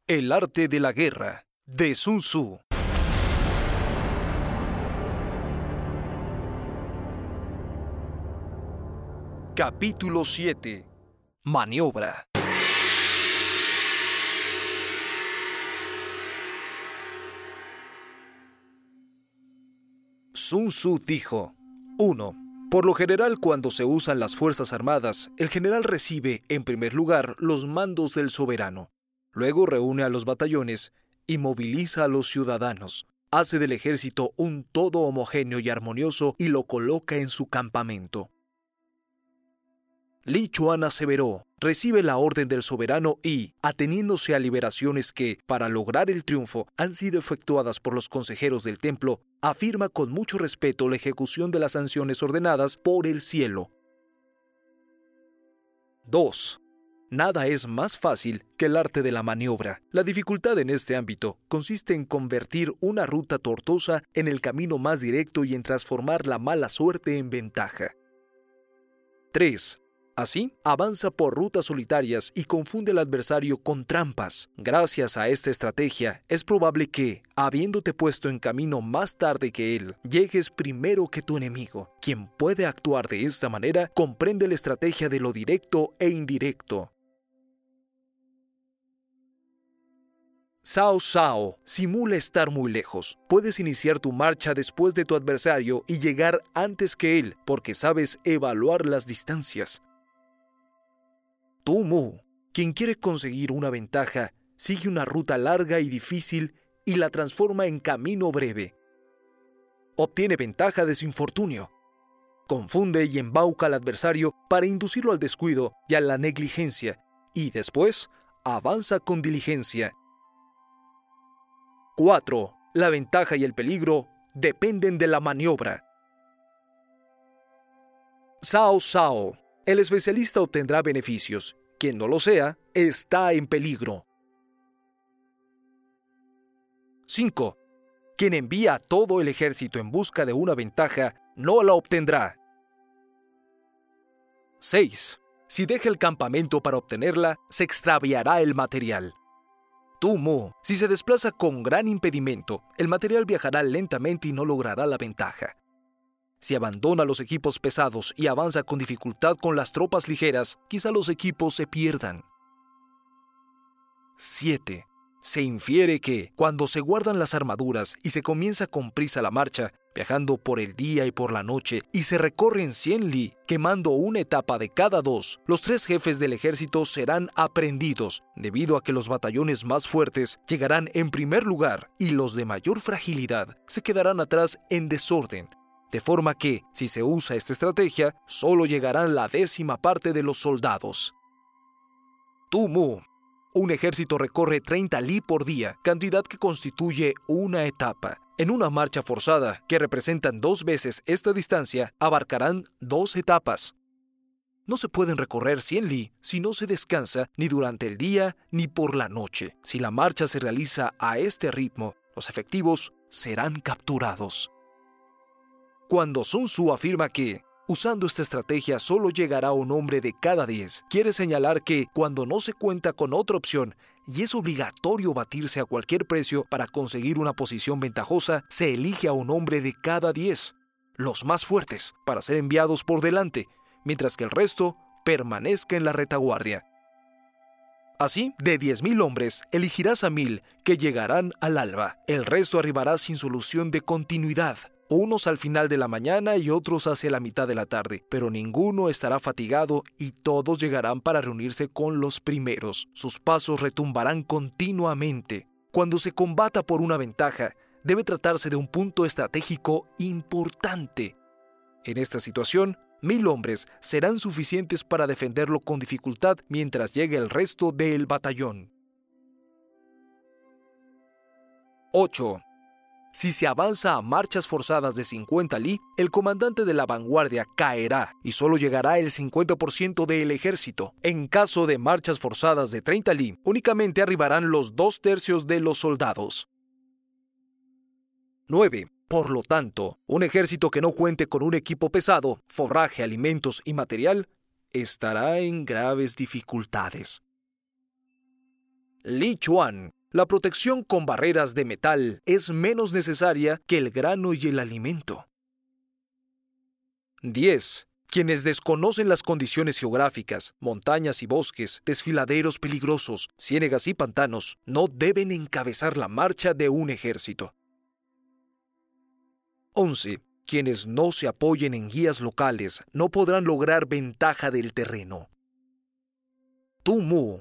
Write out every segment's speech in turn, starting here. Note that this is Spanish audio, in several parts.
El arte de la guerra, de Sun Tzu. Capítulo 7. Maniobra. Sun Tzu dijo: 1. Por lo general, cuando se usan las fuerzas armadas, el general recibe, en primer lugar, los mandos del soberano. Luego reúne a los batallones y moviliza a los ciudadanos. Hace del ejército un todo homogéneo y armonioso y lo coloca en su campamento. Li Chuan aseveró: recibe la orden del soberano y, ateniéndose a liberaciones que, para lograr el triunfo, han sido efectuadas por los consejeros del templo, afirma con mucho respeto la ejecución de las sanciones ordenadas por el cielo. 2. Nada es más fácil que el arte de la maniobra. La dificultad en este ámbito consiste en convertir una ruta tortuosa en el camino más directo y en transformar la mala suerte en ventaja. 3. Así, avanza por rutas solitarias y confunde al adversario con trampas. Gracias a esta estrategia, es probable que, habiéndote puesto en camino más tarde que él, llegues primero que tu enemigo. Quien puede actuar de esta manera comprende la estrategia de lo directo e indirecto. Cao Cao simula estar muy lejos. Puedes iniciar tu marcha después de tu adversario y llegar antes que él, porque sabes evaluar las distancias. Tu Mu, quien quiere conseguir una ventaja, sigue una ruta larga y difícil y la transforma en camino breve. Obtiene ventaja de su infortunio. Confunde y embauca al adversario para inducirlo al descuido y a la negligencia, y después avanza con diligencia. 4. La ventaja y el peligro dependen de la maniobra. Cao Cao. El especialista obtendrá beneficios. Quien no lo sea, está en peligro. 5. Quien envía a todo el ejército en busca de una ventaja, no la obtendrá. 6. Si deja el campamento para obtenerla, se extraviará el material. Tu Mu, si se desplaza con gran impedimento, el material viajará lentamente y no logrará la ventaja. Si abandona los equipos pesados y avanza con dificultad con las tropas ligeras, quizá los equipos se pierdan. 7. Se infiere que, cuando se guardan las armaduras y se comienza con prisa la marcha, viajando por el día y por la noche, y se recorren 100 li, quemando una etapa de cada 2, los 3 jefes del ejército serán aprehendidos, debido a que los batallones más fuertes llegarán en primer lugar y los de mayor fragilidad se quedarán atrás en desorden, de forma que, si se usa esta estrategia, solo llegarán la 10ª parte de los soldados. Tu Mu. Un ejército recorre 30 li por día, cantidad que constituye una etapa. En una marcha forzada, que representan 2 veces esta distancia, abarcarán 2 etapas. No se pueden recorrer 100 li si no se descansa ni durante el día ni por la noche. Si la marcha se realiza a este ritmo, los efectivos serán capturados. Cuando Sun Tzu afirma que, usando esta estrategia solo llegará un hombre de cada 10, quiere señalar que, cuando no se cuenta con otra opción y es obligatorio batirse a cualquier precio para conseguir una posición ventajosa, se elige a un hombre de cada 10, los más fuertes, para ser enviados por delante, mientras que el resto permanezca en la retaguardia. Así, de 10.000 hombres, elegirás a 1.000 que llegarán al alba. El resto arribará sin solución de continuidad. Unos al final de la mañana y otros hacia la mitad de la tarde, pero ninguno estará fatigado y todos llegarán para reunirse con los primeros. Sus pasos retumbarán continuamente. Cuando se combata por una ventaja, debe tratarse de un punto estratégico importante. En esta situación, 1.000 hombres serán suficientes para defenderlo con dificultad mientras llegue el resto del batallón. 8. Si se avanza a marchas forzadas de 50 li, el comandante de la vanguardia caerá y solo llegará el 50% del ejército. En caso de marchas forzadas de 30 li, únicamente arribarán los 2/3 de los soldados. 9. Por lo tanto, un ejército que no cuente con un equipo pesado, forraje, alimentos y material, estará en graves dificultades. Li Chuan. La protección con barreras de metal es menos necesaria que el grano y el alimento. 10. Quienes desconocen las condiciones geográficas, montañas y bosques, desfiladeros peligrosos, ciénegas y pantanos, no deben encabezar la marcha de un ejército. 11. Quienes no se apoyen en guías locales no podrán lograr ventaja del terreno. Tu Mu.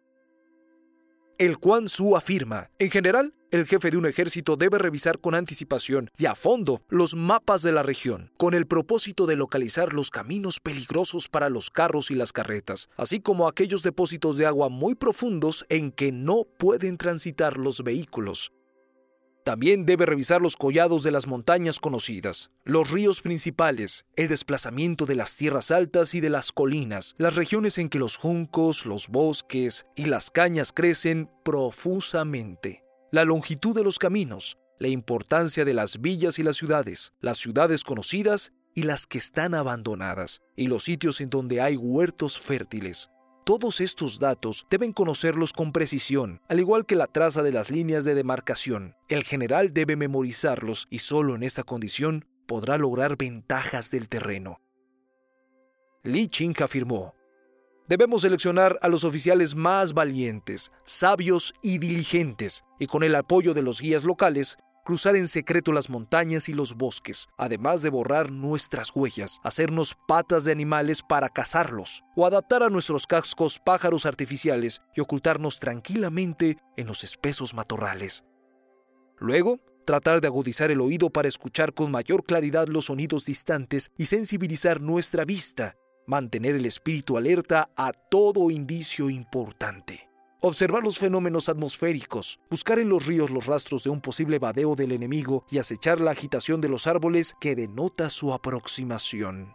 El Quan Su afirma, en general, el jefe de un ejército debe revisar con anticipación y a fondo los mapas de la región, con el propósito de localizar los caminos peligrosos para los carros y las carretas, así como aquellos depósitos de agua muy profundos en que no pueden transitar los vehículos. También debe revisar los collados de las montañas conocidas, los ríos principales, el desplazamiento de las tierras altas y de las colinas, las regiones en que los juncos, los bosques y las cañas crecen profusamente, la longitud de los caminos, la importancia de las villas y las ciudades conocidas y las que están abandonadas, y los sitios en donde hay huertos fértiles. Todos estos datos deben conocerlos con precisión, al igual que la traza de las líneas de demarcación. El general debe memorizarlos y solo en esta condición podrá lograr ventajas del terreno. Li Qing afirmó: debemos seleccionar a los oficiales más valientes, sabios y diligentes, y con el apoyo de los guías locales, cruzar en secreto las montañas y los bosques, además de borrar nuestras huellas, hacernos patas de animales para cazarlos, o adaptar a nuestros cascos pájaros artificiales y ocultarnos tranquilamente en los espesos matorrales. Luego, tratar de agudizar el oído para escuchar con mayor claridad los sonidos distantes y sensibilizar nuestra vista, mantener el espíritu alerta a todo indicio importante. Observar los fenómenos atmosféricos, buscar en los ríos los rastros de un posible vadeo del enemigo y acechar la agitación de los árboles que denota su aproximación.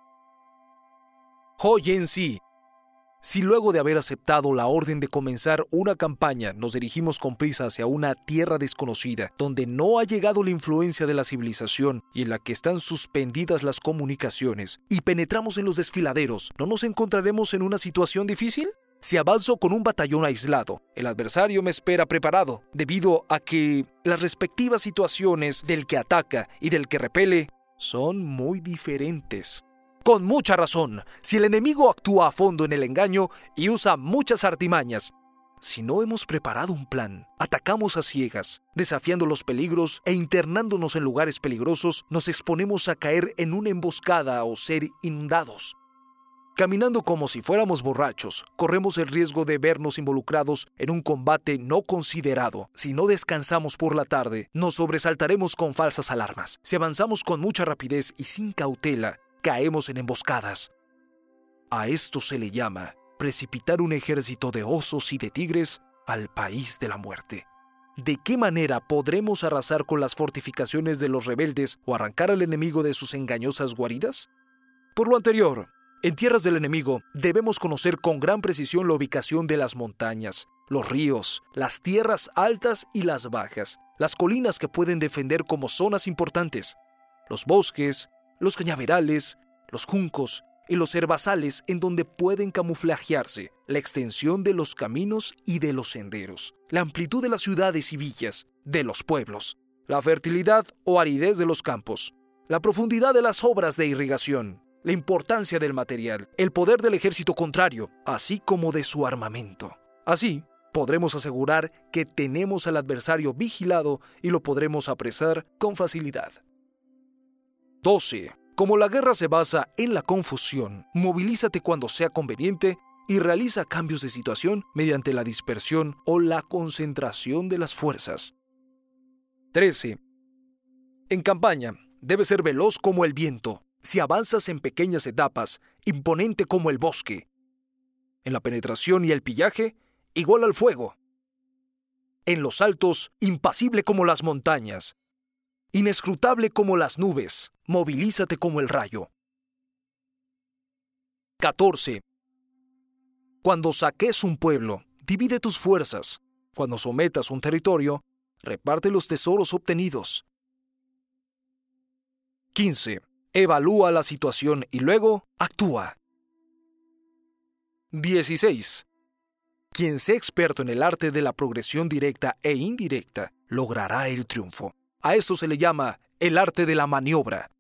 Ho Yen-si. Si luego de haber aceptado la orden de comenzar una campaña nos dirigimos con prisa hacia una tierra desconocida, donde no ha llegado la influencia de la civilización y en la que están suspendidas las comunicaciones, y penetramos en los desfiladeros, ¿no nos encontraremos en una situación difícil? Si avanzo con un batallón aislado, el adversario me espera preparado, debido a que las respectivas situaciones del que ataca y del que repele son muy diferentes. Con mucha razón, si el enemigo actúa a fondo en el engaño y usa muchas artimañas, si no hemos preparado un plan, atacamos a ciegas, desafiando los peligros e internándonos en lugares peligrosos, nos exponemos a caer en una emboscada o ser inundados. Caminando como si fuéramos borrachos, corremos el riesgo de vernos involucrados en un combate no considerado. Si no descansamos por la tarde, nos sobresaltaremos con falsas alarmas. Si avanzamos con mucha rapidez y sin cautela, caemos en emboscadas. A esto se le llama precipitar un ejército de osos y de tigres al país de la muerte. ¿De qué manera podremos arrasar con las fortificaciones de los rebeldes o arrancar al enemigo de sus engañosas guaridas? Por lo anterior, en tierras del enemigo, debemos conocer con gran precisión la ubicación de las montañas, los ríos, las tierras altas y las bajas, las colinas que pueden defender como zonas importantes, los bosques, los cañaverales, los juncos y los herbazales en donde pueden camuflajearse, la extensión de los caminos y de los senderos, la amplitud de las ciudades y villas, de los pueblos, la fertilidad o aridez de los campos, la profundidad de las obras de irrigación, la importancia del material, el poder del ejército contrario, así como de su armamento. Así, podremos asegurar que tenemos al adversario vigilado y lo podremos apresar con facilidad. 12. Como la guerra se basa en la confusión, movilízate cuando sea conveniente y realiza cambios de situación mediante la dispersión o la concentración de las fuerzas. 13. En campaña, debes ser veloz como el viento. Si avanzas en pequeñas etapas, imponente como el bosque. En la penetración y el pillaje, igual al fuego. En los altos, impasible como las montañas. Inescrutable como las nubes, movilízate como el rayo. 14. Cuando saques un pueblo, divide tus fuerzas. Cuando sometas un territorio, reparte los tesoros obtenidos. 15. Evalúa la situación y luego actúa. 16. Quien sea experto en el arte de la progresión directa e indirecta logrará el triunfo. A esto se le llama el arte de la maniobra.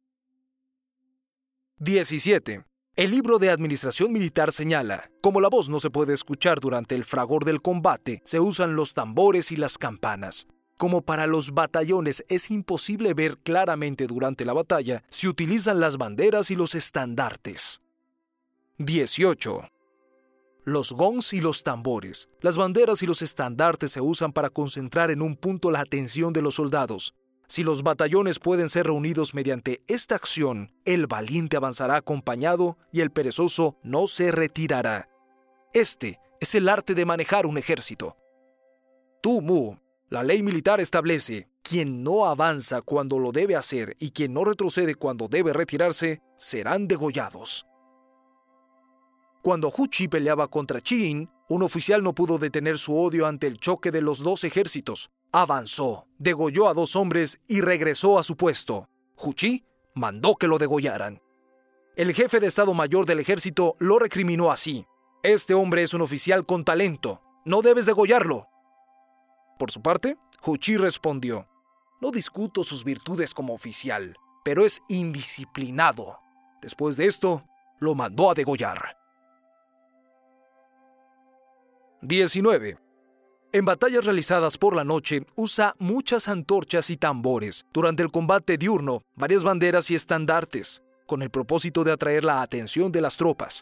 17. El libro de administración militar señala, como la voz no se puede escuchar durante el fragor del combate, se usan los tambores y las campanas. Como para los batallones es imposible ver claramente durante la batalla, se utilizan las banderas y los estandartes. 18. Los gongs y los tambores. Las banderas y los estandartes se usan para concentrar en un punto la atención de los soldados. Si los batallones pueden ser reunidos mediante esta acción, el valiente avanzará acompañado y el perezoso no se retirará. Este es el arte de manejar un ejército. Tu Mu. La ley militar establece: quien no avanza cuando lo debe hacer y quien no retrocede cuando debe retirarse, serán degollados. Cuando Hu Chi peleaba contra Qin, un oficial no pudo detener su odio ante el choque de los dos ejércitos. Avanzó, degolló a 2 hombres y regresó a su puesto. Hu Chi mandó que lo degollaran. El jefe de Estado Mayor del ejército lo recriminó así: este hombre es un oficial con talento, no debes degollarlo. Por su parte, Hu Chi respondió: no discuto sus virtudes como oficial, pero es indisciplinado. Después de esto, lo mandó a degollar. 19. En batallas realizadas por la noche, usa muchas antorchas y tambores. Durante el combate diurno, varias banderas y estandartes, con el propósito de atraer la atención de las tropas.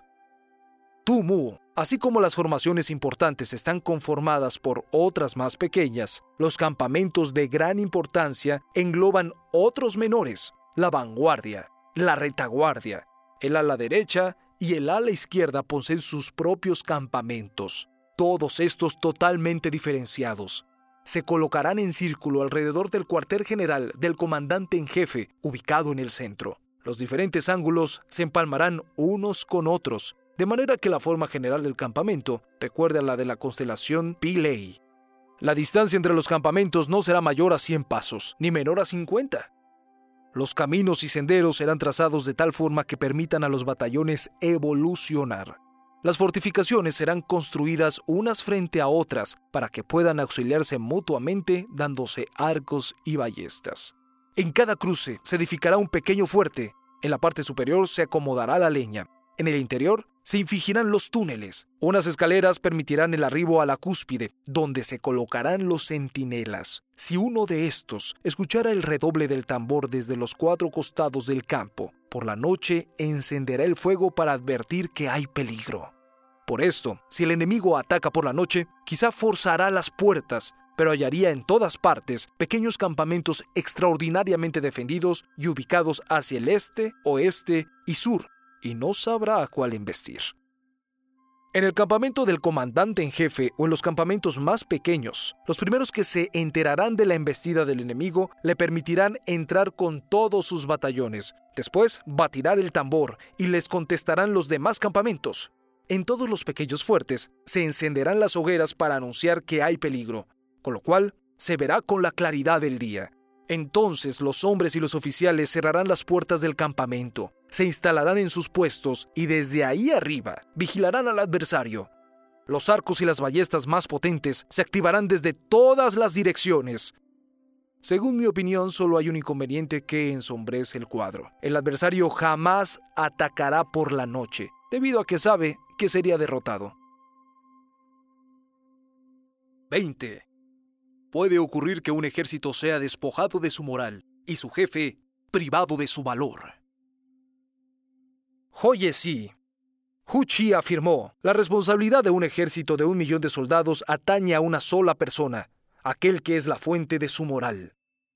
Tu Mu. Así como las formaciones importantes están conformadas por otras más pequeñas, los campamentos de gran importancia engloban otros menores: la vanguardia, la retaguardia, el ala derecha y el ala izquierda poseen sus propios campamentos. Todos estos totalmente diferenciados. Se colocarán en círculo alrededor del cuartel general del comandante en jefe, ubicado en el centro. Los diferentes ángulos se empalmarán unos con otros, de manera que la forma general del campamento recuerda a la de la constelación Philae. La distancia entre los campamentos no será mayor a 100 pasos, ni menor a 50. Los caminos y senderos serán trazados de tal forma que permitan a los batallones evolucionar. Las fortificaciones serán construidas unas frente a otras para que puedan auxiliarse mutuamente dándose arcos y ballestas. En cada cruce se edificará un pequeño fuerte. En la parte superior se acomodará la leña. En el interior se infligirán los túneles. Unas escaleras permitirán el arribo a la cúspide, donde se colocarán los centinelas. Si uno de estos escuchara el redoble del tambor desde los 4 costados del campo, por la noche encenderá el fuego para advertir que hay peligro. Por esto, si el enemigo ataca por la noche, quizá forzará las puertas, pero hallaría en todas partes pequeños campamentos extraordinariamente defendidos y ubicados hacia el este, oeste y sur, y no sabrá a cuál embestir. En el campamento del comandante en jefe o en los campamentos más pequeños, los primeros que se enterarán de la embestida del enemigo le permitirán entrar con todos sus batallones. Después batirá el tambor y les contestarán los demás campamentos. En todos los pequeños fuertes se encenderán las hogueras para anunciar que hay peligro, con lo cual se verá con la claridad del día. Entonces los hombres y los oficiales cerrarán las puertas del campamento, se instalarán en sus puestos y desde ahí arriba vigilarán al adversario. Los arcos y las ballestas más potentes se activarán desde todas las direcciones. Según mi opinión, solo hay un inconveniente que ensombrece el cuadro. El adversario jamás atacará por la noche, debido a que sabe que sería derrotado. 20. Puede ocurrir que un ejército sea despojado de su moral y su jefe privado de su valor. Oye, sí. Hu Chi afirmó: la responsabilidad de un ejército de 1 millón de soldados atañe a una sola persona, aquel que es la fuente de su moral.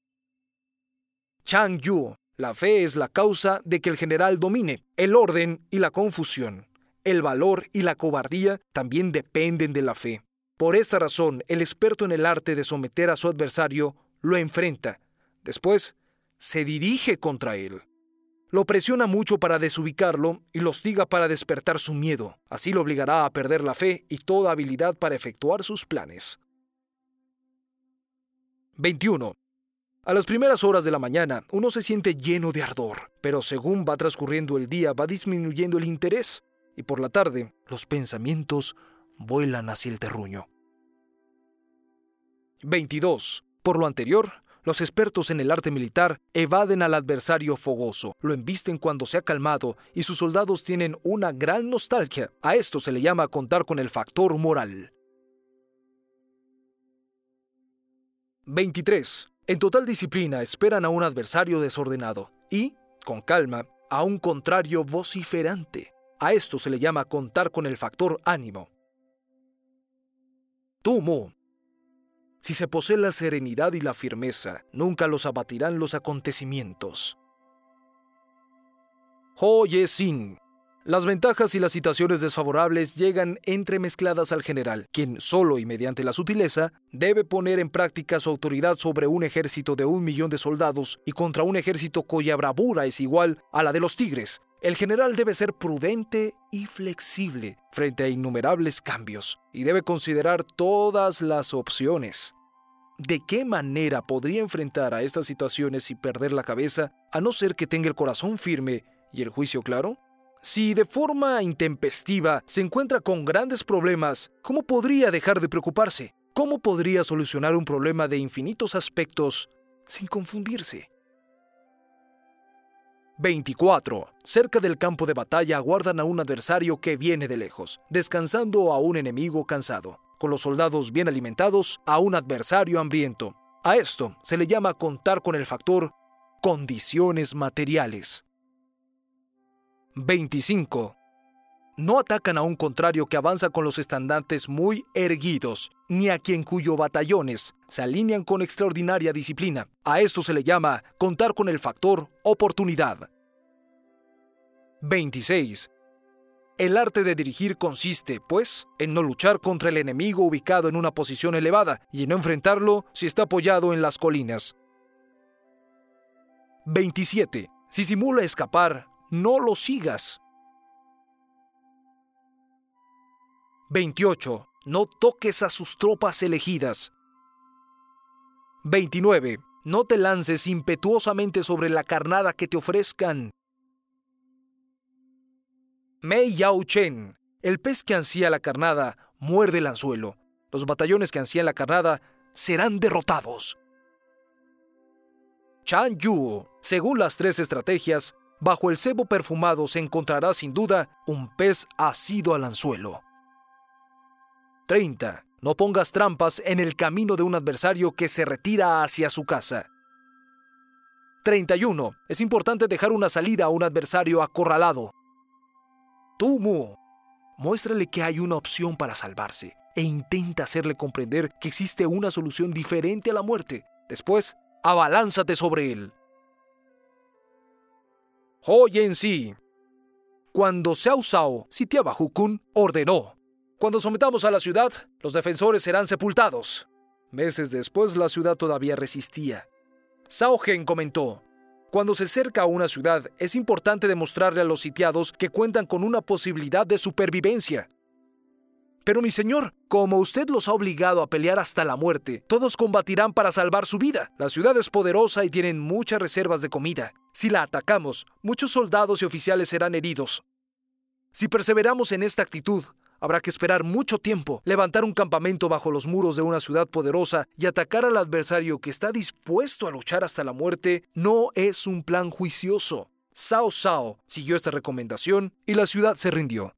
Chang Yu: la fe es la causa de que el general domine. El orden y la confusión, el valor y la cobardía también dependen de la fe. Por esta razón, el experto en el arte de someter a su adversario lo enfrenta. Después, se dirige contra él. Lo presiona mucho para desubicarlo y lo hostiga para despertar su miedo. Así lo obligará a perder la fe y toda habilidad para efectuar sus planes. 21. A las primeras horas de la mañana, uno se siente lleno de ardor, pero según va transcurriendo el día va disminuyendo el interés y por la tarde los pensamientos vuelan hacia el terruño. 22. Por lo anterior, los expertos en el arte militar evaden al adversario fogoso, lo embisten cuando se ha calmado y sus soldados tienen una gran nostalgia. A esto se le llama contar con el factor moral. 23. En total disciplina esperan a un adversario desordenado y, con calma, a un contrario vociferante. A esto se le llama contar con el factor ánimo. Tú, Mu. Si se posee la serenidad y la firmeza, nunca los abatirán los acontecimientos. Ho Ye Sin. Las ventajas y las situaciones desfavorables llegan entremezcladas al general, quien, solo y mediante la sutileza, debe poner en práctica su autoridad sobre un ejército de 1.000.000 de soldados y contra un ejército cuya bravura es igual a la de los tigres. El general debe ser prudente y flexible frente a innumerables cambios y debe considerar todas las opciones. ¿De qué manera podría enfrentar a estas situaciones y perder la cabeza, a no ser que tenga el corazón firme y el juicio claro? Si de forma intempestiva se encuentra con grandes problemas, ¿cómo podría dejar de preocuparse? ¿Cómo podría solucionar un problema de infinitos aspectos sin confundirse? 24. Cerca del campo de batalla aguardan a un adversario que viene de lejos, descansando a un enemigo cansado, con los soldados bien alimentados a un adversario hambriento. A esto se le llama contar con el factor condiciones materiales. 25. No atacan a un contrario que avanza con los estandartes muy erguidos, ni a quien cuyos batallones se alinean con extraordinaria disciplina. A esto se le llama contar con el factor oportunidad. 26. El arte de dirigir consiste, pues, en no luchar contra el enemigo ubicado en una posición elevada y en no enfrentarlo si está apoyado en las colinas. 27. Si simula escapar, no lo sigas. 28. No toques a sus tropas elegidas. 29. No te lances impetuosamente sobre la carnada que te ofrezcan. Mei Yao Chen. El pez que ansía la carnada muerde el anzuelo. Los batallones que ansían la carnada serán derrotados. Chan Yu. Según las 3 estrategias, bajo el cebo perfumado se encontrará sin duda un pez asido al anzuelo. 30. No pongas trampas en el camino de un adversario que se retira hacia su casa. 31. Es importante dejar una salida a un adversario acorralado. Tú, Mu, muéstrale que hay una opción para salvarse e intenta hacerle comprender que existe una solución diferente a la muerte. Después, abalánzate sobre él. Ho Yen-si. Cuando Xiao Zhao sitiaba Hukun, ordenó: cuando sometamos a la ciudad, los defensores serán sepultados. Meses después, la ciudad todavía resistía. Zhao Gen comentó: cuando se cerca a una ciudad, es importante demostrarle a los sitiados que cuentan con una posibilidad de supervivencia. Pero mi señor, como usted los ha obligado a pelear hasta la muerte, todos combatirán para salvar su vida. La ciudad es poderosa y tienen muchas reservas de comida. Si la atacamos, muchos soldados y oficiales serán heridos. Si perseveramos en esta actitud, habrá que esperar mucho tiempo, levantar un campamento bajo los muros de una ciudad poderosa y atacar al adversario que está dispuesto a luchar hasta la muerte no es un plan juicioso. Cao Cao siguió esta recomendación y la ciudad se rindió.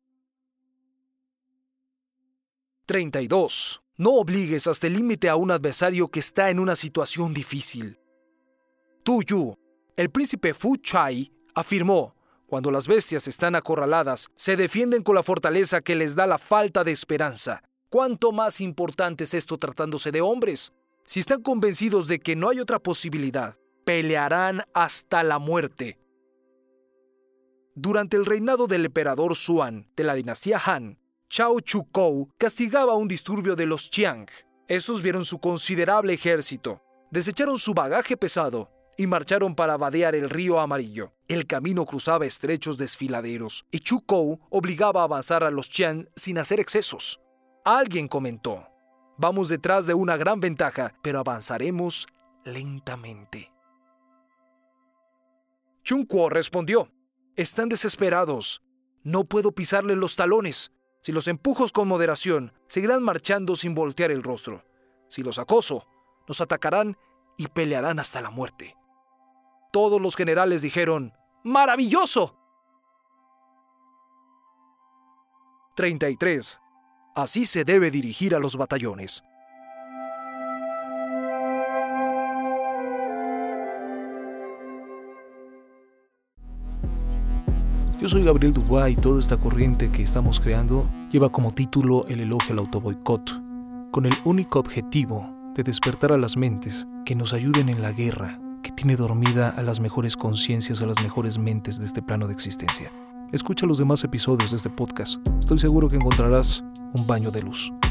32. No obligues hasta el límite a un adversario que está en una situación difícil. Tu Yu, el príncipe Fu Chai, afirmó: cuando las bestias están acorraladas, se defienden con la fortaleza que les da la falta de esperanza. ¿Cuánto más importante es esto tratándose de hombres? Si están convencidos de que no hay otra posibilidad, pelearán hasta la muerte. Durante el reinado del emperador Xuan de la dinastía Han, Chao Chukou castigaba un disturbio de los Qiang. Estos vieron su considerable ejército, desecharon su bagaje pesado y marcharon para vadear el río Amarillo. El camino cruzaba estrechos desfiladeros y Chukou obligaba a avanzar a los Qiang sin hacer excesos. Alguien comentó: vamos detrás de una gran ventaja, pero avanzaremos lentamente. Chun Kuo respondió: están desesperados. No puedo pisarle los talones. Si los empujo con moderación, seguirán marchando sin voltear el rostro. Si los acoso, nos atacarán y pelearán hasta la muerte. Todos los generales dijeron: ¡maravilloso! 33. Así se debe dirigir a los batallones. Yo soy Gabriel Dubois y toda esta corriente que estamos creando lleva como título el elogio al autoboicot, con el único objetivo de despertar a las mentes que nos ayuden en la guerra que tiene dormida a las mejores conciencias, a las mejores mentes de este plano de existencia. Escucha los demás episodios de este podcast. Estoy seguro que encontrarás un baño de luz.